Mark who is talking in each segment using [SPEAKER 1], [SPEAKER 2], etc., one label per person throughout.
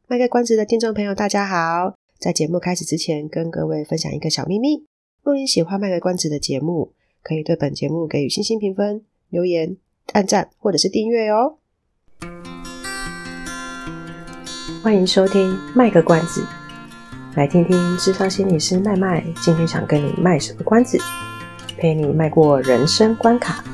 [SPEAKER 1] 卖个关子的听众朋友大家好，在节目开始之前跟各位分享一个小秘密，若你喜欢卖个关子的节目，可以对本节目给予星星评分、留言、按赞或者是订阅哦。欢迎收听卖个关子，来听听智商心理师麦麦今天想跟你卖什么关子，陪你迈过人生关卡。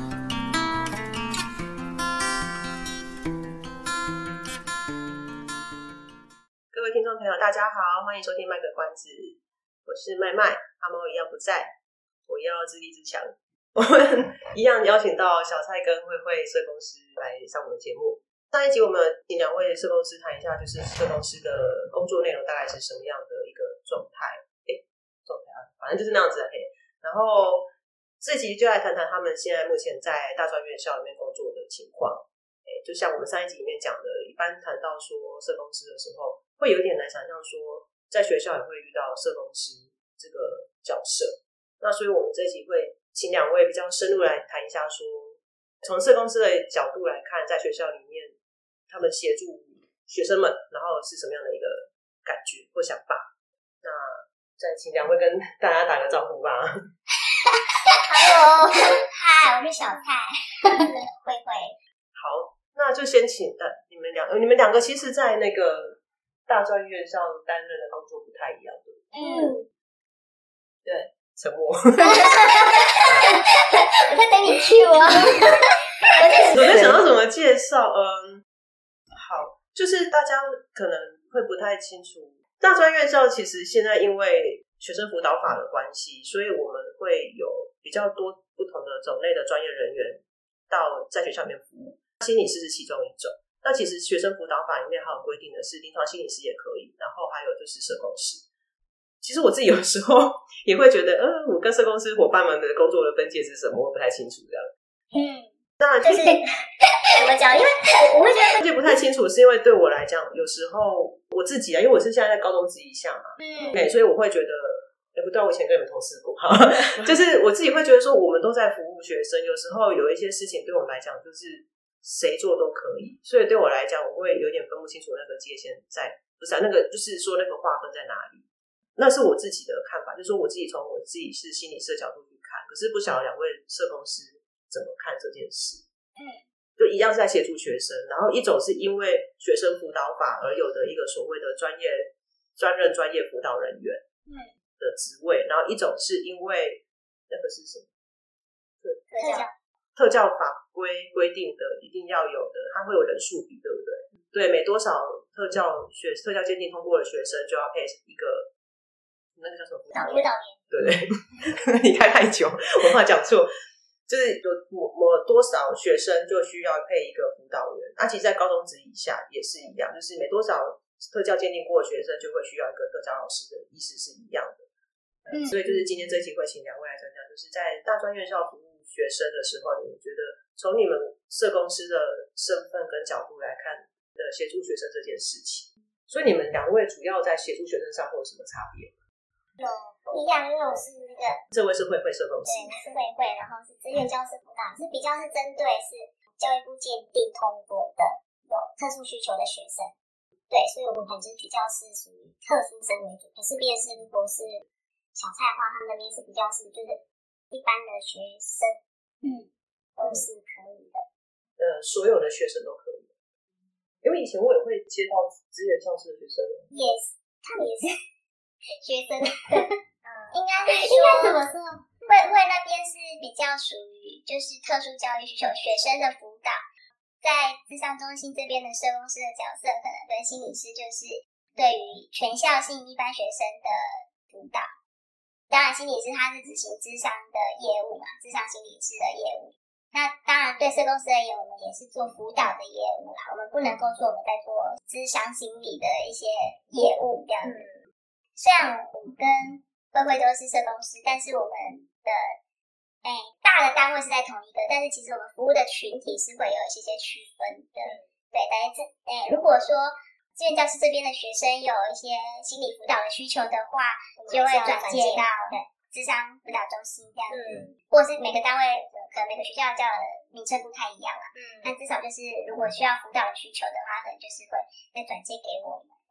[SPEAKER 1] 各位听众朋友大家好，欢迎收听卖个关子，我是麦麦，阿猫一样不在，我要自立自强。我们一样邀请到小蔡跟慧慧社工师来上我们的节目。上一集我们请两位社工师谈一下，就是社工师的工作内容大概是什么样的一个状态，反正就是那样子。然后这集就来谈谈他们现在目前在大专院校里面工作的情况。就像我们上一集里面讲的，一般谈到说社工师的时候，会有点难想象说在学校也会遇到社工师这个角色。那所以我们这集会请两位比较深入来谈一下说，从社工师的角度来看，在学校里面他们协助学生们，然后是什么样的一个感觉或想法。那再请两位跟大家打个招呼吧。
[SPEAKER 2] Hello， 嗨，我是小蔡，慧慧。
[SPEAKER 1] 好，那就先请你们两个其实在那个大专院校担任的工作不太一样，对不对？对，沉默。我
[SPEAKER 2] 在等你去我。
[SPEAKER 1] 我在想到怎么介绍。好，就是大家可能会不太清楚，大专院校其实现在因为学生辅导法的关系，所以我们会有比较多不同的种类的专业人员在学校里面服务。心理师是其中一种，那其实学生辅导法里面还有规定的是临床心理师也可以，然后还有就是社工师。其实我自己有时候也会觉得我跟社工师伙伴们的工作的分界是什么，我不太清楚这样。当然
[SPEAKER 2] 就是怎么讲，因为我会觉得
[SPEAKER 1] 分界不太清楚，是因为对我来讲有时候我自己因为我是现在在高中职以下嘛，所以我会觉得不对，我以前跟你们同事过就是我自己会觉得说我们都在服务学生，有时候有一些事情对我们来讲就是谁做都可以，所以对我来讲我会有点分不清楚那个界限在，不是那个就是说那个划分在哪里。那是我自己的看法，就是说我自己从我自己是心理师的角度去看，可是不晓得两位社工师怎么看这件事。就一样是在协助学生，然后一种是因为学生辅导法而有的一个所谓的专任专业辅导人员的职位，然后一种是因为那个是什么特教法规定的一定要有的，它会有人数比，对不对？对，每多少特教鉴定通过的学生就要配一个那个叫什么辅导员，对不对？你开太久，我怕讲错。就是有某多少学生就需要配一个辅导员，其实在高中职以下也是一样，就是每多少特教鉴定过的学生就会需要一个特教老师的意思是一样的。所以就是今天这期会请两位来讲讲，就是在大专院校服务学生的时候，你们觉得从你们社工师的身份跟角度来看协助学生这件事情，所以你们两位主要在协助学生上会有什么差别？
[SPEAKER 2] 不一样，因为我是那个，
[SPEAKER 1] 这位是慧慧社工师，
[SPEAKER 2] 对，我是慧慧，然后是志愿教师辅导，是比较是针对是教育部鉴定通过的有特殊需求的学生，对，所以我们可能就是比较是属于特殊生为主，可是便是如果是小菜的话，他们那边是比较是就是一般的学生，都是可以的。
[SPEAKER 1] 所有的学生都可以，因为以前我也会接到志愿教师的学生
[SPEAKER 2] ，yes， 他们也是学生，应该怎么说？慧那边是比较属于就是特殊教育需求学生的辅导，在諮商中心这边的社工师的角色，可能跟心理师就是对于全校性一般学生的辅导。当然，心理师他是执行諮商的业务嘛，諮商心理师的业务。那当然，对社工师而言，我们也是做辅导的业务啦。我们不能够说我们在做諮商心理的一些业务这样子。虽然我们跟慧慧都是社工师，但是我们的大的单位是在同一个，但是其实我们服务的群体是会有一些区分的。对，但是如果说志愿教师这边的学生有一些心理辅导的需求的话，就会转介到諮商辅导中心这样子，或是每个单位可能每个学校叫的名称不太一样啦。那至少就是如果需要辅导的需求的话，可能就是会再转介给我们这样。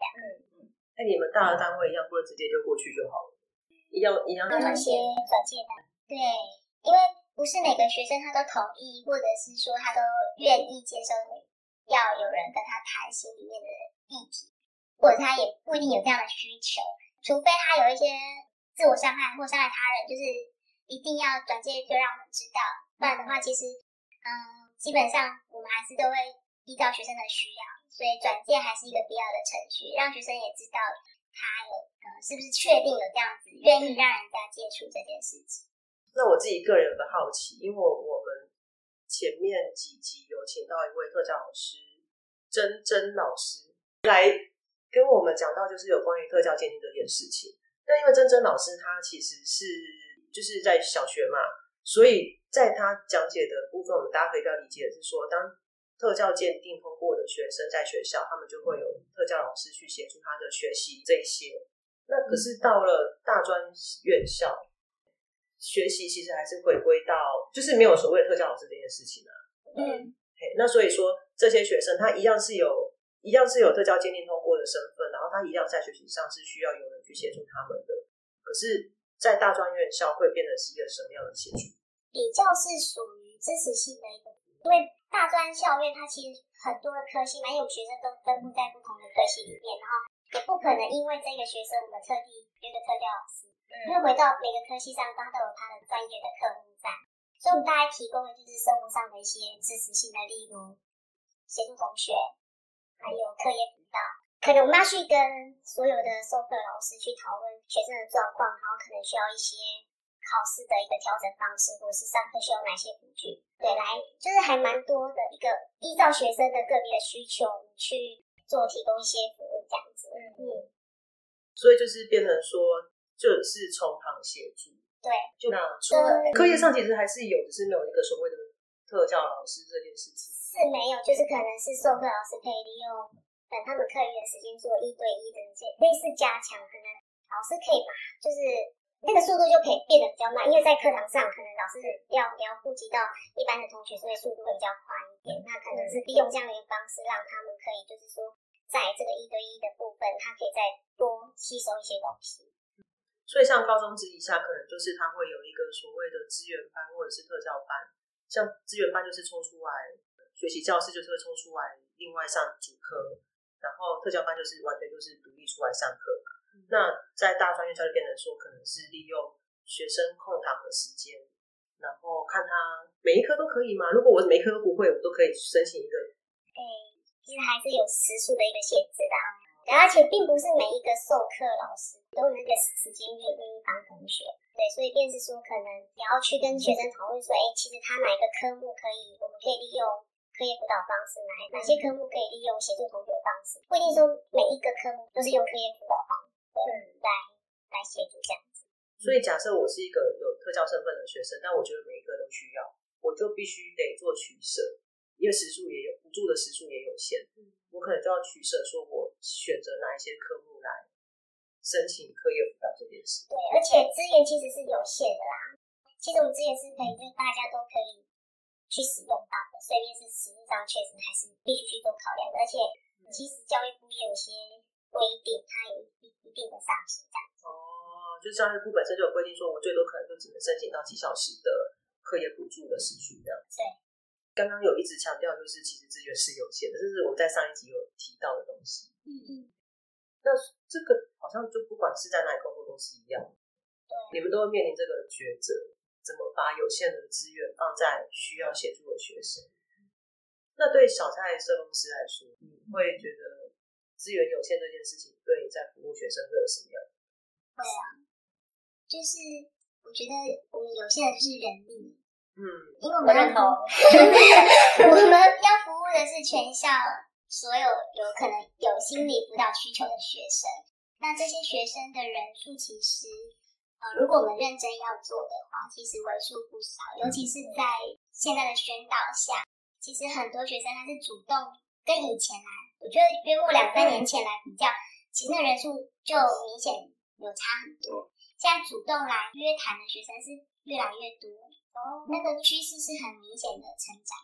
[SPEAKER 1] 你们大的单位一样，不能直接就过去就好了，一样
[SPEAKER 2] 有一些转介的，对，因为不是每个学生他都同意，或者是说他都愿意接受要有人跟他谈心里面的议题，或者他也不一定有这样的需求，除非他有一些自我伤害或伤害他人，就是一定要转介就让我们知道，不然的话其实基本上我们还是都会依照学生的需要，所以转介还是一个必要的程序，让学生也知道他有是不是确定有这样子愿意让人家接触这件事情。
[SPEAKER 1] 那我自己个人有个好奇，因为我们前面几集有请到一位特教老师珍珍老师来跟我们讲到就是有关于特教鉴定这件事情。那因为珍珍老师他其实是就是在小学嘛，所以在他讲解的部分，我们大家可以比较理解的是说，当特教鉴定通过的学生在学校，他们就会有特教老师去协助他的学习这一些。那可是到了大专院校，学习其实还是回归到就是没有所谓的特教老师这件事情啊。那所以说这些学生他一样是有特教鉴定通过的身份，然后他一样在学习上是需要有人去协助他们的。可是在大专院校会变成是一个什么样的协助？
[SPEAKER 2] 比较是属于支持性的一个，因为大专校院它其实很多的科系，蛮有学生都分布在不同的科系里面，然后也不可能因为这个学生我们特地约个特教老师，因为回到每个科系上，他都有他的专业的科目在，所以我们大概提供的就是生活上的一些支持性的，例如协助同学，还有课业辅导。可能我们要去跟所有的授课老师去讨论学生的状况，然后可能需要一些考试的一个调整方式，或是上课需要哪些辅具，对，来就是还蛮多的一个依照学生的个别的需求去做提供一些服务这样子。
[SPEAKER 1] 所以就是变成说就是从旁协助。
[SPEAKER 2] 对，
[SPEAKER 1] 那除了课业上其实还是有，只是没有一个所谓的特教老师这件事情
[SPEAKER 2] 是没有，就是可能是授课老师可以利用他们课余的时间做1对1的这些类似加强，可能老师可以把就是那个速度就可以变得比较慢，因为在课堂上可能老师要顾及到一般的同学，所以速度会比较快一点，那可能是利用这样的一个方式让他们可以就是说在这个1对1的部分他可以再多吸收一些东西。
[SPEAKER 1] 所以像高中职以下可能就是他会有一个所谓的资源班或者是特教班，像资源班就是抽出来学习教室，就是会抽出来另外上主科，然后特教班就是完全就是独立出来上课嘛。那在大专院校就变成说可能是利用学生空堂的时间，然后看他每一科都可以吗？如果我每一科都不会，我都可以申请一个。
[SPEAKER 2] 其实还是有时数的一个限制的，而且并不是每一个授课老师都有那个时间愿意帮同学，对，所以便是说可能也要去跟学生讨论说，其实他哪一个科目我们可以利用课业辅导方式，哪些科目可以利用协助同学的方式，不一定说每一个科目都是用课业辅导方式来协助这样子。
[SPEAKER 1] 所以假设我是一个有特教身份的学生，但我觉得每一个都需要，我就必须得做取舍，因为时数也有补助的时数也有限，我可能就要取舍，说我选择哪一些科目来申请课业辅导这件事。
[SPEAKER 2] 对，而且资源其实是有限的啦。其实我们资源是可以，就是大家都可以去使用到的，所以是实际上确实还是必须去做考量的。而且其实教育部也有些规定，它有一定的上限这样子。
[SPEAKER 1] 就是教育部本身就有规定说，我最多可能就只能申请到几小时的课业补助的时数这样。
[SPEAKER 2] 对。
[SPEAKER 1] 刚刚有一直强调，就是其实资源是有限的，这是我们在上一集有提到的东西。那这个好像就不管是在哪里工作都是一样，你们都会面临这个抉择，怎么把有限的资源放在需要协助的学生。那对小蔡社工师来说，你会觉得资源有限这件事情对你在服务学生会有什么样的？
[SPEAKER 2] 对啊，就是我觉得我们有限的就是人力，因为我们要我们要服务的是全校所有有可能有心理辅导需求的学生，那这些学生的人数其实如果我们认真要做的话，其实为数不少，尤其是在现在的宣导下，其实很多学生他是主动跟以前来，我觉得约莫2-3年前来比较，其实那人数就明显有差很多，现在主动来约谈的学生是越来越多，那个趋势是很明显的成长。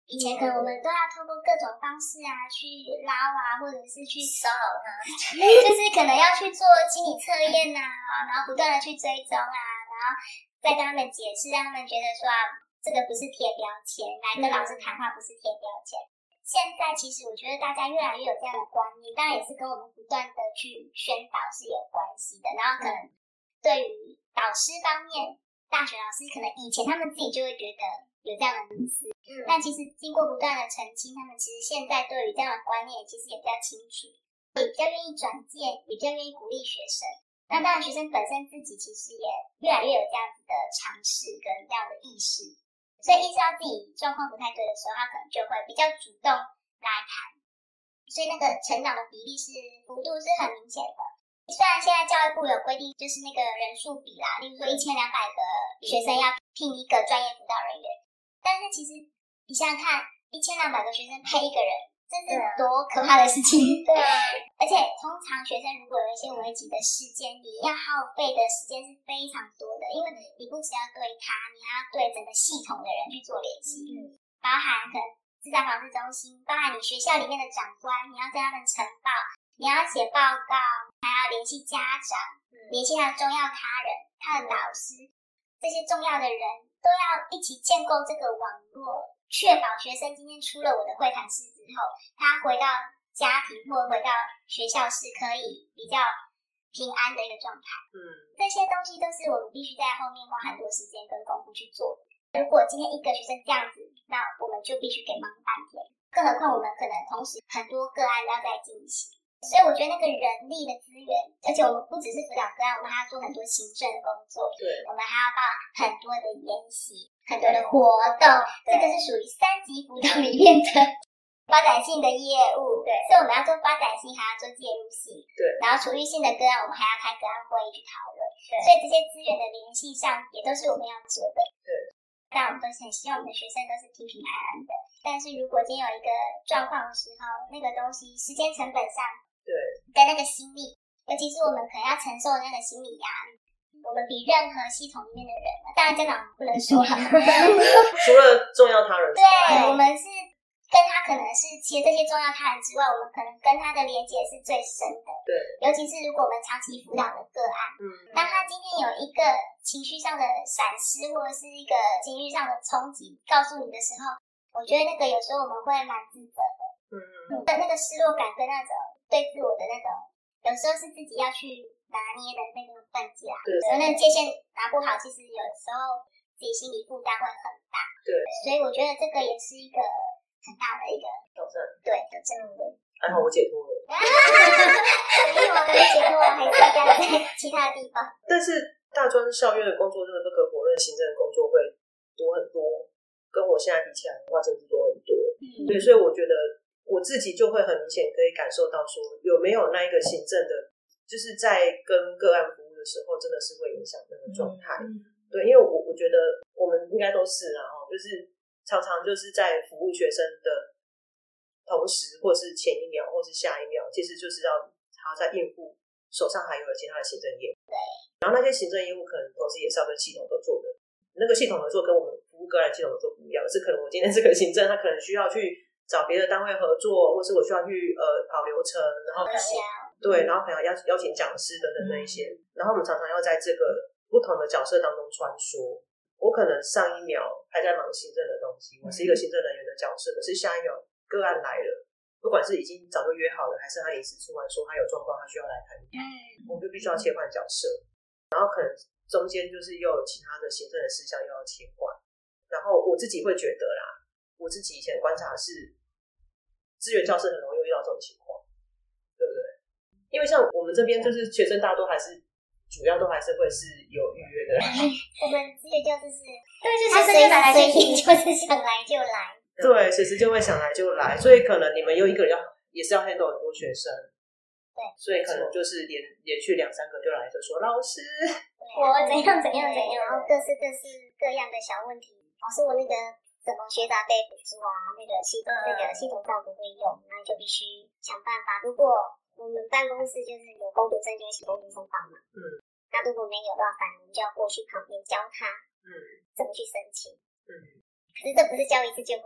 [SPEAKER 2] 以前可能我们都要透过各种方式啊去捞啊，或者是去骚扰他，就是可能要去做心理测验啊，然后不断的去追踪啊，然后再跟他们解释，让他们觉得说这个不是贴标签，来跟老师谈话不是贴标签。现在其实我觉得大家越来越有这样的观念，当然也是跟我们不断的去宣导是有关系的。然后可能对于导师方面，大学老师可能以前他们自己就会觉得有这样的迷思，但其实经过不断的澄清，他们其实现在对于这样的观念其实也比较清楚，也比较愿意转介，也比较愿意鼓励学生。那当然学生本身自己其实也越来越有这样子的尝试跟这样的意识，所以意识到自己状况不太对的时候，他可能就会比较主动来谈，所以那个成长的比例幅度是很明显的。虽然现在教育部有规定，就是那个人数比啦，例如说1200个学生要聘一个专业辅导人员，但是其实你想想看，1200个学生配一个人，这是多可怕的事情。对啊，而且通常学生如果有一些危急的事件，你要耗费的时间是非常多的，因为你不只要对他，你还要对整个系统的人去做联系，包含可能智障防治中心，包含你学校里面的长官，你要跟他们呈报，你要写报告，还要联系家长，联系他的重要他人，他的老师，这些重要的人都要一起建构这个网络，确保学生今天出了我的会谈室之后，他回到家庭或回到学校是可以比较平安的一个状态。这些东西都是我们必须在后面花很多时间跟功夫去做的。如果今天一个学生这样子，那我们就必须给忙半天，更何况我们可能同时很多个案要在进行，所以我觉得那个人力的资源，而且我们不只是辅导个案，我们还要做很多行政的工作，对，我们还要办很多的研习，很多的活动，这个是属于3级辅导里面的发展性的业务，对，所以我们要做发展性，还要做介入性，对，然后处遇性的个案，我们还要开个案会议去讨论，所以这些资源的联系上也都是我们要做的，对。但我们都是很希望我们的学生都是平平安安的，但是如果今天有一个状况的时候，那个东西时间成本上，对，跟那个心力，尤其是我们可能要承受的那个心理压力，我们比任何系统里面的人，当然家长不能说了，
[SPEAKER 1] 除了重要他人，
[SPEAKER 2] 对，我们是跟他可能是其实这些重要他人之外，我们可能跟他的连结是最深的。对，尤其是如果我们长期辅导的个案，当他今天有一个情绪上的闪失，或者是一个情绪上的冲击告诉你的时候，我觉得那个有时候我们会蛮自责的。那个失落感跟那种对自我的那种，有时候是自己要去拿捏的那个分界啊。对，所以那个界限拿不好，其实有时候自己心理负担会很大。对，所以我觉得这个也是一个很大的一个
[SPEAKER 1] 挑战，
[SPEAKER 2] 对挑战。
[SPEAKER 1] 还好我解脱了。
[SPEAKER 2] 没有啊，没解脱啊，还是要在其他地方。
[SPEAKER 1] 但是大专校院的工作真的不可否认，行政的工作会多很多，跟我现在比起来的话，真的是多很多。对，所以我觉得我自己就会很明显可以感受到说，有没有那一个行政的，就是在跟个案服务的时候，真的是会影响那个状态。对，因为我觉得我们应该都是就是常常就是在服务学生的同时，或是前一秒，或是下一秒，其实就是要在应付手上还有其他的行政业务。对，然后那些行政业务可能同时也是要跟系统合作的。那个系统合作跟我们服务个案系统合作不一样，是可能我今天这个行政，他可能需要去找别的单位合作，或是我需要去跑流程，然后对，然后可能要邀请讲师等等那一些，然后我们常常要在这个不同的角色当中穿梭。我可能上一秒还在忙行政的东西，我是一个行政人员的角色，可是下一秒个案来了，不管是已经早就约好了，还是他临时出来说他有状况，他需要来看，我们就必须要切换角色，然后可能中间就是又有其他的行政的事项又要切换，然后我自己会觉得啦，我自己以前观察是，资源教室很容易遇到这种情况，对不对？因为像我们这边就是学生大多还是主要都还是会是有预约的。
[SPEAKER 2] 我们资源教室是，他随时来随地就是想来就来。
[SPEAKER 1] 对，随时就会想来就来，所以可能你们有一个人也是要 handle 很多学生。对，所以可能就是连续2-3个就来就说老师，
[SPEAKER 2] 我怎样，然后各式各样的小问题。老师，我那个什么学杂费补助啊，那个系统照不会用，那就必须想办法。如果我们办公室就是有工读生就会写工读生帮忙，那如果没有的话，反正我们就要过去旁边教他，怎么去申请，可是这不是教一次就会，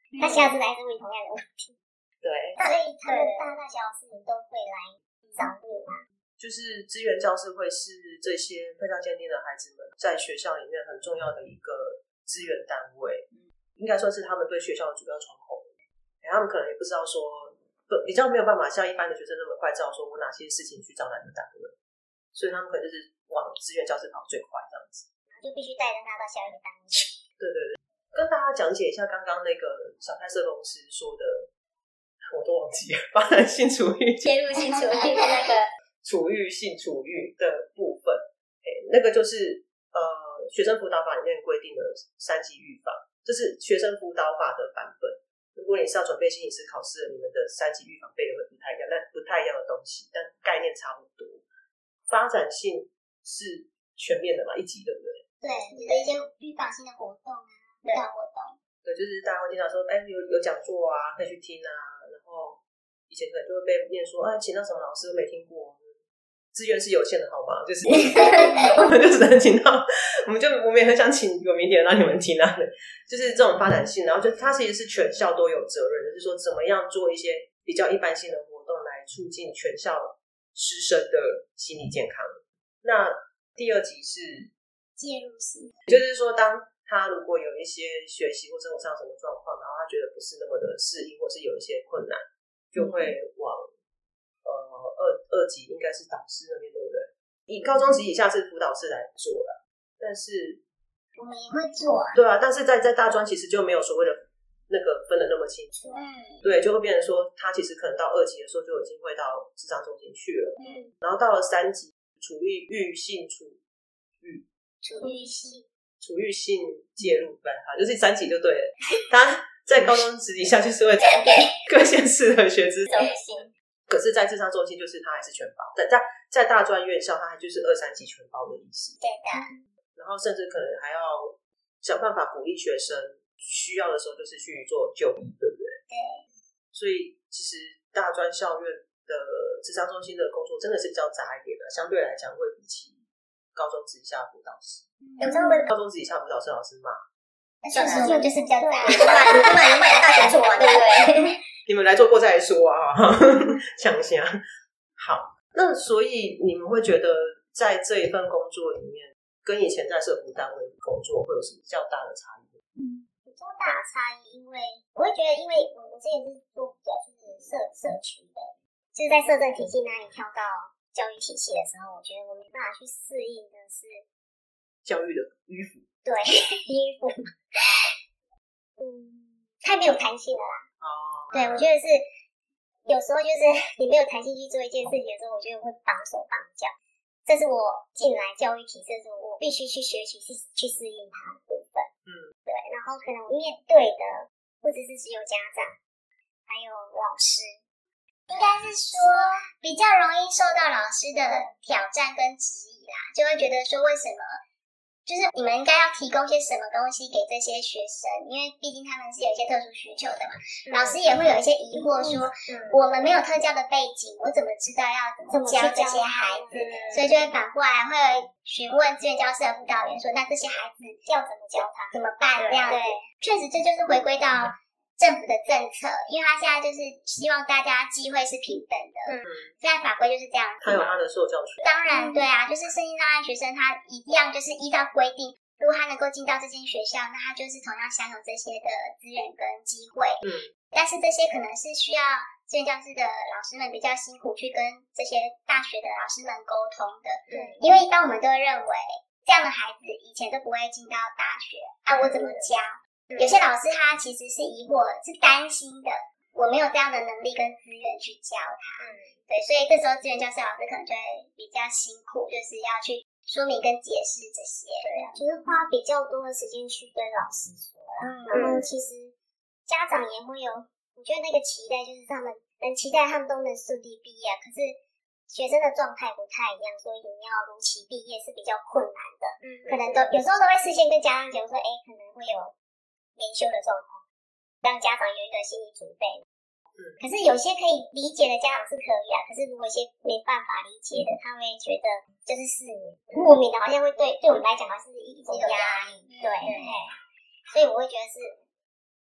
[SPEAKER 2] 他下次还是问同样的问题。
[SPEAKER 1] 对，
[SPEAKER 2] 所以他们大大小小事情都会来找你嘛。
[SPEAKER 1] 就是资源教室会是这些特教鉴定的孩子们在学校里面很重要的一个资源单位，应该算是他们对学校的主要窗口。他们可能也不知道说，比较没有办法像一般的学生那么快知道说我哪些事情去找哪个单位，所以他们可能就是往资源教室跑最快这样子，
[SPEAKER 2] 就必须带着他到下一个单位去。
[SPEAKER 1] 对对对，跟大家讲解一下刚刚那个小蔡社工师说的，我都忘记了，发展性处遇、
[SPEAKER 2] 介入性处遇那个
[SPEAKER 1] 处遇性处遇的部分，那个就是学生辅导法里面规定的3级预防，这是学生辅导法的版本。如果你是要准备心理师考试，你们的3级预防背的会不太一样，但不太一样的东西，但概念差不多。发展性是全面的嘛，1级对不对？
[SPEAKER 2] 对，就是一些预防性的活动啊，辅导活动。
[SPEAKER 1] 对，就是大家会听到说，有讲座啊，可以去听啊，然后以前可能就会被念说，请到什么老师都没听过，资源是有限的，好吗？就是我们就只能请到，我们也很想请有名点让你们听啊，就是这种发展性，然后就它其实是全校都有责任，就是说怎么样做一些比较一般性的活动来促进全校师生的心理健康。那第2级是
[SPEAKER 2] 介入式，
[SPEAKER 1] 就是说当他如果有一些学习或生活上什么状况，然后他觉得不是那么的适应，或是有一些困难，就会往二级，应该是导师那边，对不对？以高中级以下是辅导室来做了，但是
[SPEAKER 2] 我们也会做啊。
[SPEAKER 1] 对啊，但是在大专其实就没有所谓的那个分得那么清楚，对，就会变成说他其实可能到2级的时候就已经会到智商中心去了，然后到了3级处遇性介入，就是3级就对了。他在高中职以下就是会各县市的学资中心，可是在智商中心就是他还是全包，在大专院校他就是2、3级全包的意思。
[SPEAKER 2] 对的。
[SPEAKER 1] 然后甚至可能还要想办法鼓励学生需要的时候就是去做就医，对不对？
[SPEAKER 2] 对。
[SPEAKER 1] 所以其实大专校院的智商中心的工作真的是比较杂一点的，相对来讲会比起高中职以下辅导师，高中职以下辅导师老师骂，
[SPEAKER 2] 小时候就是比较杂，你把大学做完，对不对？
[SPEAKER 1] 你们来做过再说啊，想一下。好，那所以你们会觉得在这一份工作里面，跟以前在社福单位工作会有什么比较大的差异？
[SPEAKER 2] 比较大的差异，因为我会觉得，因为我之前是做比较就是社区的，就是在社政体系那里跳到教育体系的时候，我觉得我没办法去适应的是
[SPEAKER 1] 教育的迂腐，
[SPEAKER 2] 对，迂腐，太没有弹性了啦。对，我觉得是有时候就是你没有弹性去做一件事情的时候，我觉得会绑手绑脚。这是我进来教育体制的时候，我必须去学习去适应它的部分。对，然后可能面对的不只是只有家长，还有老师，应该是说比较容易受到老师的挑战跟质疑啦，就会觉得说为什么就是你们应该要提供些什么东西给这些学生，因为毕竟他们是有一些特殊需求的嘛。老师也会有一些疑惑说，我们没有特教的背景，我怎么知道要怎么教这些孩子？所以就会反过来会询问资源教室的辅导员说，那这些孩子要怎么教他，怎么办？这样子，确实这就是回归到政府的政策，因为他现在就是希望大家机会是平等的。现在法规就是这样子。
[SPEAKER 1] 他有他的受教权。
[SPEAKER 2] 当然，对啊，就是身心障碍学生他一样就是依照规定，如果他能够进到这间学校，那他就是同样享有这些的资源跟机会。但是这些可能是需要资源教室的老师们比较辛苦去跟这些大学的老师们沟通的。因为一般我们都会认为这样的孩子以前都不会进到大学啊，我怎么教？有些老师他其实是疑惑，是担心的，我没有这样的能力跟资源去教他。对，所以这时候资源教室老师可能就会比较辛苦，就是要去说明跟解释这些。对啊，就是花比较多的时间去跟老师说。然后其实家长也会有，我觉得那个期待就是他们能期待他们都能顺利毕业，可是学生的状态不太一样，所以你要如期毕业是比较困难的。可能有时候都会事先跟家长讲说，可能会有研修的状况，让家长有一个心理准备。可是有些可以理解的家长是可以啊，可是如果一些没办法理解的，他会觉得就是莫名的，好像会对我们来讲是一种压力。对，所以我会觉得是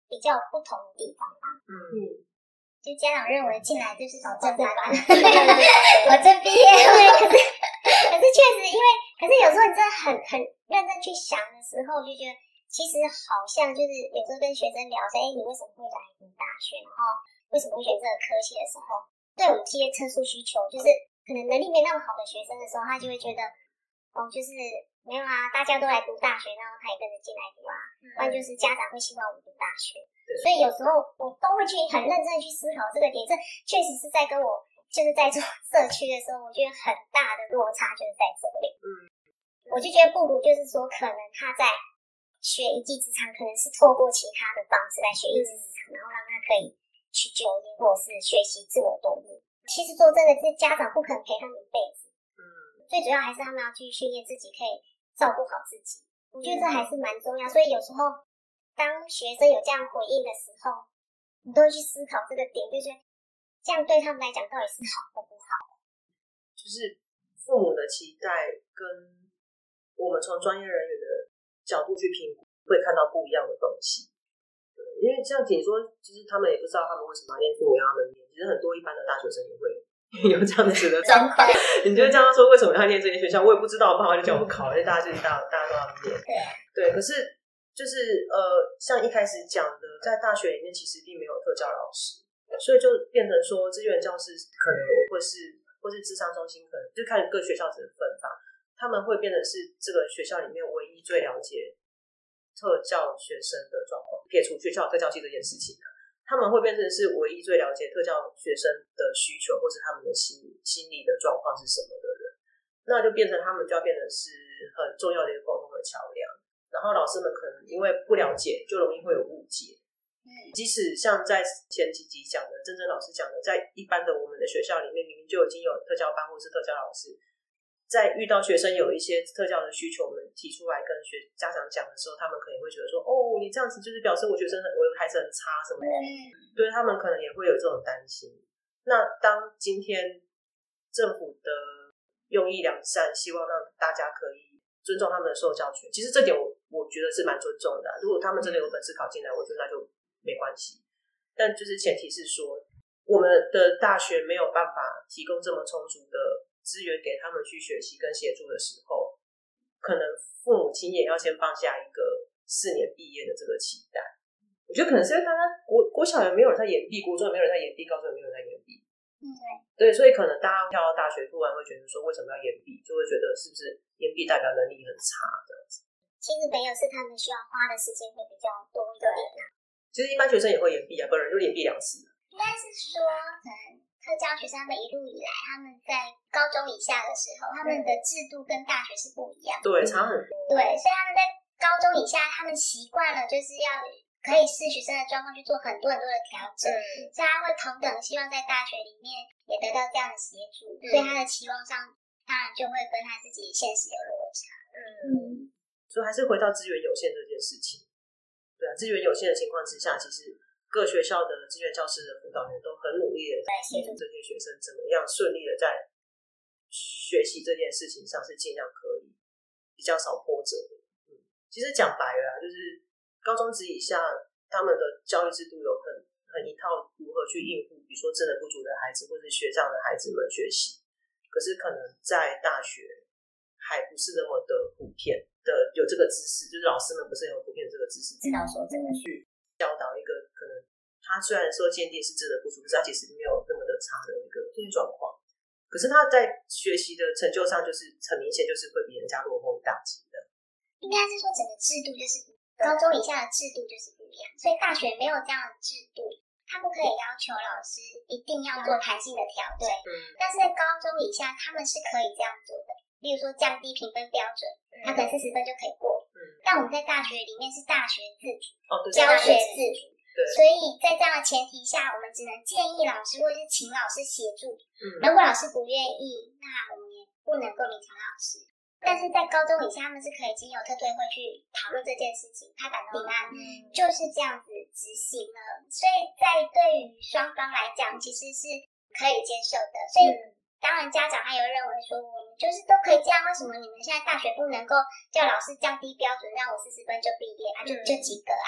[SPEAKER 2] 比较有不同的地方吧。就家长认为进来就是走正班，我这毕业会，可是确实可是有时候你真的很认真去想的时候，就觉得其实好像就是有时候跟学生聊说，你为什么会来读大学，然后为什么会选这个科系的时候，对我们这些特殊需求，就是可能能力没那么好的学生的时候，他就会觉得就是没有啊，大家都来读大学，然后他也跟着进来读啊，不然就是家长会希望我们读大学。所以有时候我都会去很认真的去思考这个点，这确实是在跟我就是在做社区的时候，我觉得很大的落差就是在这里。我就觉得不如就是说，可能他在学一技之长，可能是透过其他的方式来学一技之长，然后让他可以去就业或者是学习自我动力。其实说真的，是家长不可能陪他们一辈子。最主要还是他们要去训练自己，可以照顾好自己。我觉得这还是蛮重要，所以有时候当学生有这样回应的时候，你都会去思考这个点，就是这样对他们来讲到底是好或不好。
[SPEAKER 1] 就是父母的期待跟我们从专业人员的角度去评估，会看到不一样的东西。对，因为这样解说，其实他们也不知道他们为什么要念，父母要他们念。其实很多一般的大学生也会有这样子的状况。你就这样说，为什么要念这间学校？我也不知道，我爸妈就叫我考，因为大家都要念。对，可是就是像一开始讲的，在大学里面其实并没有特教老师，所以就变成说资源教室可能或是諮商中心，可能就看各学校的分法，他们会变成是这个学校里面唯一最了解特教学生的状况，撇除学校特教系这件事情，他们会变成是唯一最了解特教学生的需求或是他们的心理的状况是什么的人，那就变成他们就要变成是很重要的一个沟通的桥梁。然后老师们可能因为不了解，就容易会有误解。即使像在前几集讲的，真正老师讲的，在一般的我们的学校里面，明明就已经有特教班或是特教老师，在遇到学生有一些特教的需求，我们提出来跟家长讲的时候，他们可能会觉得说，你这样子就是表示我的孩子很差什么的，对，他们可能也会有这种担心。那当今天政府的用意良善，希望让大家可以尊重他们的受教权，其实这点我觉得是蛮尊重的。如果他们真的有本事考进来，我觉得那就没关系。但就是前提是说，我们的大学没有办法提供这么充足的资源给他们去学习跟协助的时候，可能父母亲也要先放下一个4年毕业的这个期待。我觉得可能是因为大家国小也没有人在延毕，国中也没有人在延毕，高中也没有人在延毕。对，所以可能大家跳到大学突然会觉得说，为什么要延毕，就会觉得是不是延毕代表能力很差这样子。
[SPEAKER 2] 其实没有，是他们需要花的时间会比较多一点
[SPEAKER 1] 其实一般学生也会延毕啊，本人就延毕2次。
[SPEAKER 2] 应该是说，可能特教学生他们一路以来，他们在高中以下的时候，他们的制度跟大学是不一样的。
[SPEAKER 1] 对，差很多。
[SPEAKER 2] 对，所以他们在高中以下，他们习惯了就是要可以视学生的状况去做很多很多的调整，所以他会同等希望在大学里面也得到这样的协助，所以他的期望上当然就会跟他自己现实有落差。
[SPEAKER 1] 所以还是回到资源有限这件事情。对啊，资源有限的情况之下，其实各学校的资源教师的辅导员都很努力的在协助这些学生怎么样顺利的在学习这件事情上是尽量可以比较少波折的。其实讲白了就是高中职以下他们的教育制度有很一套如何去应付比如说智能不足的孩子或是学障的孩子们学习，可是可能在大学还不是那么的普遍的有这个知识，就是老师们不是很普遍的这个知识，
[SPEAKER 2] 知道说真的
[SPEAKER 1] 去教导一个可能他虽然说鉴定是智能不足，可是他其实没有那么的差的一个状况，可是他在学习的成就上就是很明显就是会比人家落后一大截的。
[SPEAKER 2] 应该是说整个制度就是高中以下的制度就是不一样，所以大学没有这样的制度，他不可以要求老师一定要做弹性的调整，但是在高中以下他们是可以这样做的，例如说降低评分标准，他可能40分就可以过，但我们在大学里面是大学自主，教学自主，所以在这样的前提下，我们只能建议老师或者是请老师协助，如果老师不愿意，那我们也不能够勉强老师。但是在高中以下，他们是可以经由特推会去讨论这件事情，他把定案就是这样子执行了，所以在对于双方来讲其实是可以接受的。所以当然家长还有认为说，我们就是都可以这样，为什么你们现在大学不能够叫老师降低标准，让我40分就毕业啊？就几个啊？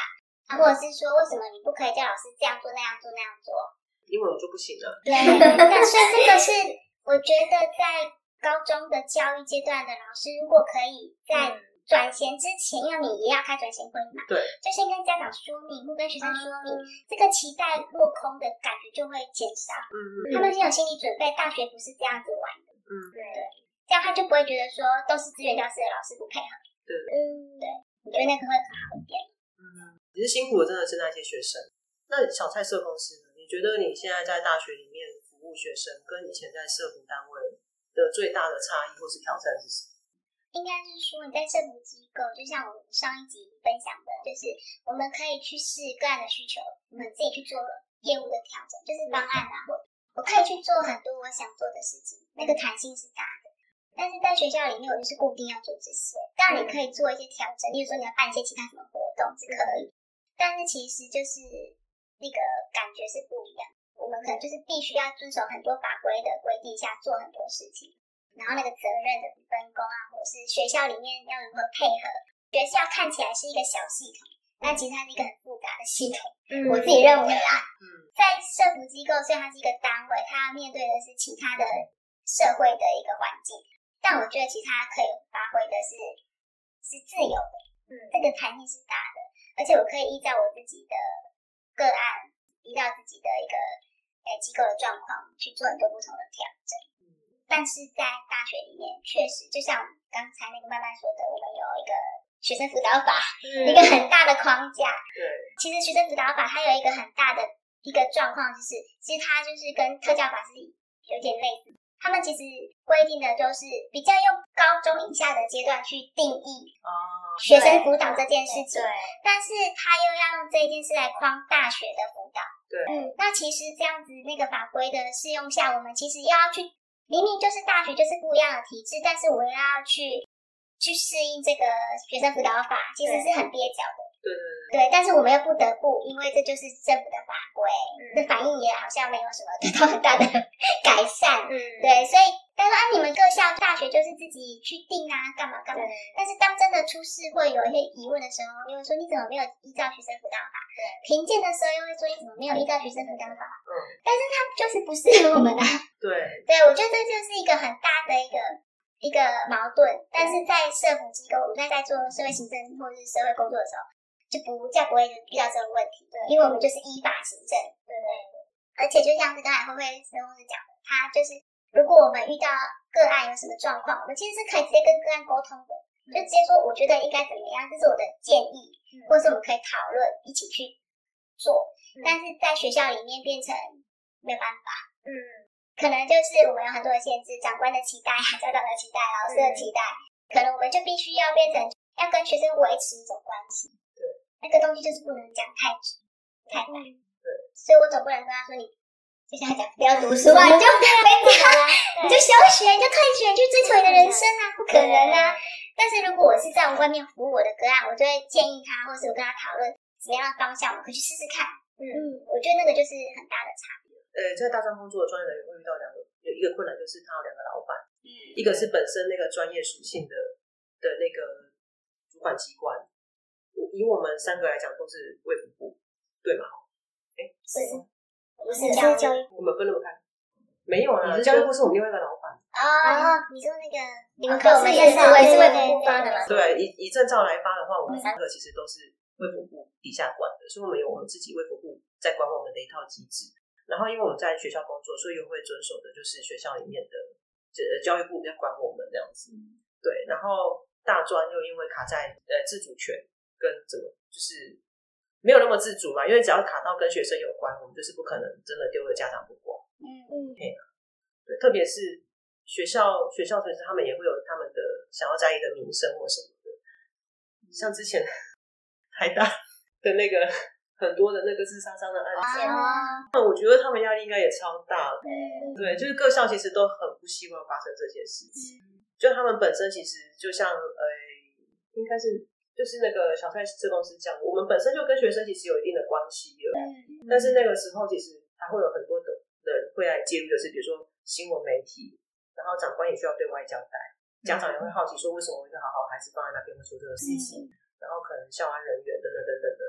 [SPEAKER 2] 或者是说为什么你不可以叫老师这样做那样做那样做？
[SPEAKER 1] 因为我就不行了。
[SPEAKER 2] 对，但是这个是我觉得在高中的教育阶段的老师，如果可以在转衔之前，因为你也要开转衔会嘛，
[SPEAKER 1] 对，
[SPEAKER 2] 就先跟家长说明或跟学生说明，这个期待落空的感觉就会减少。他们先有心理准备，大学不是这样子玩的。对，这样他就不会觉得说都是资源教室的老师不配合。
[SPEAKER 1] 对，
[SPEAKER 2] 对，我觉得那个会很好一点。
[SPEAKER 1] 其实辛苦的真的是那些学生。那小蔡社工师呢？你觉得你现在在大学里面服务学生，跟以前在社福单位的最大的差异或是挑战是什么？
[SPEAKER 2] 应该是说你在社福机构，就像我们上一集分享的，就是我们可以去试个案的需求，我们自己去做业务的调整，就是方案啊，我可以去做很多我想做的事情，那个弹性是大的。但是在学校里面，我就是固定要做这些。当然你可以做一些调整，例如说你要办一些其他什么活动是可以，但是其实就是那个感觉是不一样。我们可能就是必须要遵守很多法规的规定下做很多事情。然后那个责任的分工啊，或者是学校里面要如何配合，学校看起来是一个小系统，但其实它是一个很复杂的系统。我自己认为啦，在社福机构虽然它是一个单位，它面对的是其他的社会的一个环境，但我觉得其实它可以发挥的是自由的，这个弹性是大的，而且我可以依照我自己的个案，依照自己的一个机构的状况去做很多不同的调整。但是在大学里面，确实就像刚才那个慢慢说的，我们有一个学生辅导法，一个很大的框架。
[SPEAKER 1] 对，
[SPEAKER 2] 其实学生辅导法它有一个很大的一个状况，就是其实它就是跟特教法是有点类似。他们其实规定的就是比较用高中以下的阶段去定义学生辅导这件事情，但是他又要用这件事来框大学的辅导。
[SPEAKER 1] 对，
[SPEAKER 2] 那其实这样子那个法规的适用下，我们其实要去。明明就是大学就是不一样的体制，但是我要去适应这个学生辅导法，其实是很蹩脚的。对，但是我们又不得不，因为这就是政府的法规，那反应也好像没有什么得到很大的改善。对，所以但是你们各校大学就是自己去定啊，干嘛干嘛。但是当真的出事会有一些疑问的时候，又会说你怎么没有依照学生辅导法？评鉴的时候又会说你怎么没有依照学生辅导法？但是他就是不适合我们啊。对，我觉得这就是一个很大的一个矛盾。但是在社福机构，我们在做社会行政或者是社会工作的时候，就不会遇到这个问题，因为我们就是依法行政。对，而且就像是刚才慧社工师讲的，他就是如果我们遇到个案有什么状况，我们其实是可以直接跟个案沟通的，就直接说我觉得应该怎么样，这是我的建议，或是我们可以讨论一起去做。但是在学校里面变成没有办法，可能就是我们有很多的限制，长官的期待、家长的期待、老师的期待，可能我们就必须要变成要跟学生维持一种关系。对，那个东西就是不能讲太直太白。对，所以我总不能跟他说你就像他讲不要读书啊，你就回家，你就休学，你就退学，你去追求你的人生啊，不可能啊。但是如果我是在外面服务我的个案，我就会建议他，或是我跟他讨论什么样的方向，我们可以去试试看。我觉得那个就是很大的差别。
[SPEAKER 1] 在大专工作的专业人员会遇到有一个困难，就是他有两个老板，一个是本身那个专业属性的那个主管机关，以我们三个来讲都是卫福部，对吗？
[SPEAKER 2] 是，
[SPEAKER 1] 不是教育部，我们分那么开？没有啊，教育部是我们另外一个老板。
[SPEAKER 2] 你说那个你们跟我们也是卫福部发的嘛？
[SPEAKER 1] 对，以证照来发的话，我们三个其实都是卫福部底下管的，所以我们有我们自己卫福部在管我们的一套机制。然后因为我们在学校工作，所以又会遵守的就是学校里面的教育部在管我们这样子。对，然后大专又因为卡在自主权跟怎么就是没有那么自主嘛，因为只要卡到跟学生有关，我们就是不可能真的丢了家长不管。对，特别是学校其实他们也会有他们的想要在意的民生或什么的，像之前台大的那个很多的那个自杀伤的案件，我觉得他们压力应该也超大的。对，就是各校其实都很不希望发生这些事情。就他们本身其实就像应该是就是那个小蔡社工师讲，我们本身就跟学生其实有一定的关系了，但是那个时候其实还会有很多的人会来介入的是，比如说新闻媒体，然后长官也需要对外交代，家长也会好奇说为什么一个好好的孩子放在那边会出这个事情，然后可能校安人员等等等等的。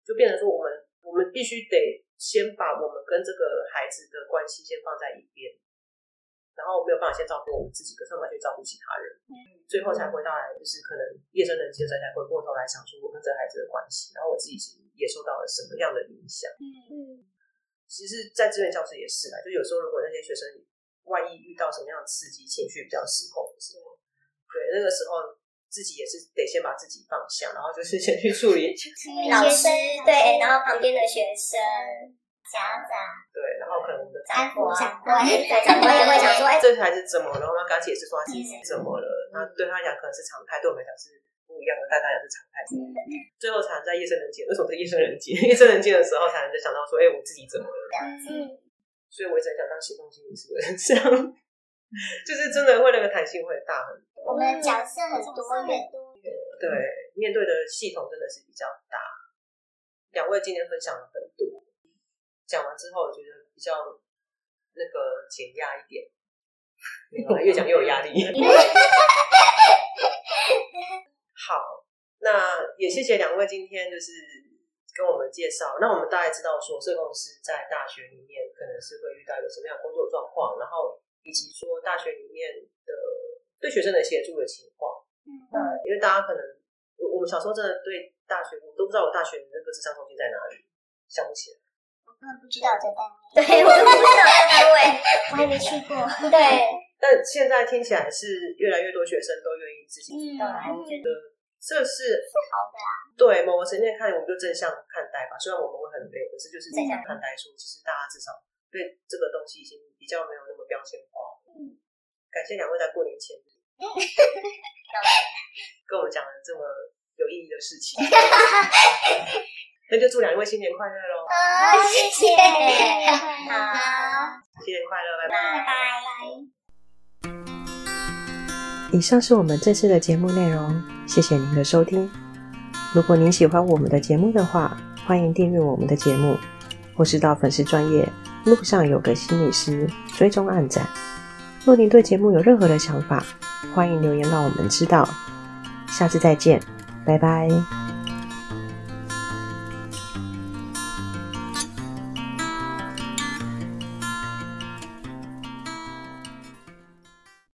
[SPEAKER 1] 就变成说我们必须得先把我们跟这个孩子的关系先放在一边，然后没有办法先照顾我们自己，可是我们要去照顾其他人，最后才回到来就是可能夜深人静的时候才回过头来想说我跟这个孩子的关系，然后我自己其实也受到了什么样的影响。其实在志愿教室也是啦，就有时候如果那些学生万一遇到什么样的刺激，情绪比较失控的时候，对，那个时候自己也是得先把自己放下，然后就是先去处理
[SPEAKER 2] 老师，对，然后旁边的学生、家长，
[SPEAKER 1] 对，然后可能我们的
[SPEAKER 2] 长官也会想说，
[SPEAKER 1] 这孩子怎么了？然后我们刚解释说他其实怎么了，那对他来讲可能是常态，对我们来讲是不一样的，但大家是常态。最后才能在夜深人静，为什么是夜深人静？夜深人静的时候才能再想到说，我自己怎么了？所以我一直很想当行动心理师的人，这样就是真的会那个弹性会大很多。
[SPEAKER 2] 我们的角色很多元，
[SPEAKER 1] 对，面对的系统真的是比较大。两位今天分享了很多，讲完之后我觉得比较那个减压一点，没有，越讲越有压力。好，那也谢谢两位今天就是跟我们介绍，那我们大概知道说社工师在大学里面可能是会遇到有什么样的工作状况，然后以及说大学里面的对学生的协助的情况。因为大家可能我们小时候真的对大学，我都不知道我大学的那个智商中心在哪里，想不起来。
[SPEAKER 2] 我根本不知道这单位，对，我都不知道这单位，我还没去过。对，
[SPEAKER 1] 但现在听起来是越来越多学生都愿意自己
[SPEAKER 2] 我觉得
[SPEAKER 1] 这是
[SPEAKER 2] 好的啊。
[SPEAKER 1] 对某个层面看，我们就正向看待吧。虽然我们会很累，可是就是正向看待说，其实大家至少对这个东西已经比较没有那么标签化。感谢两位在过年前跟我们讲了这么有意义的事情。那就祝两位新年快乐咯。
[SPEAKER 2] 好，谢谢。好，
[SPEAKER 1] 新年快乐，拜
[SPEAKER 2] 拜。
[SPEAKER 3] 以上是我们这次的节目内容，谢谢您的收听。如果您喜欢我们的节目的话，欢迎订阅我们的节目，或是到粉丝专页路上有个心理师追踪按赞。若您对节目有任何的想法，欢迎留言让我们知道。下次再见，拜拜。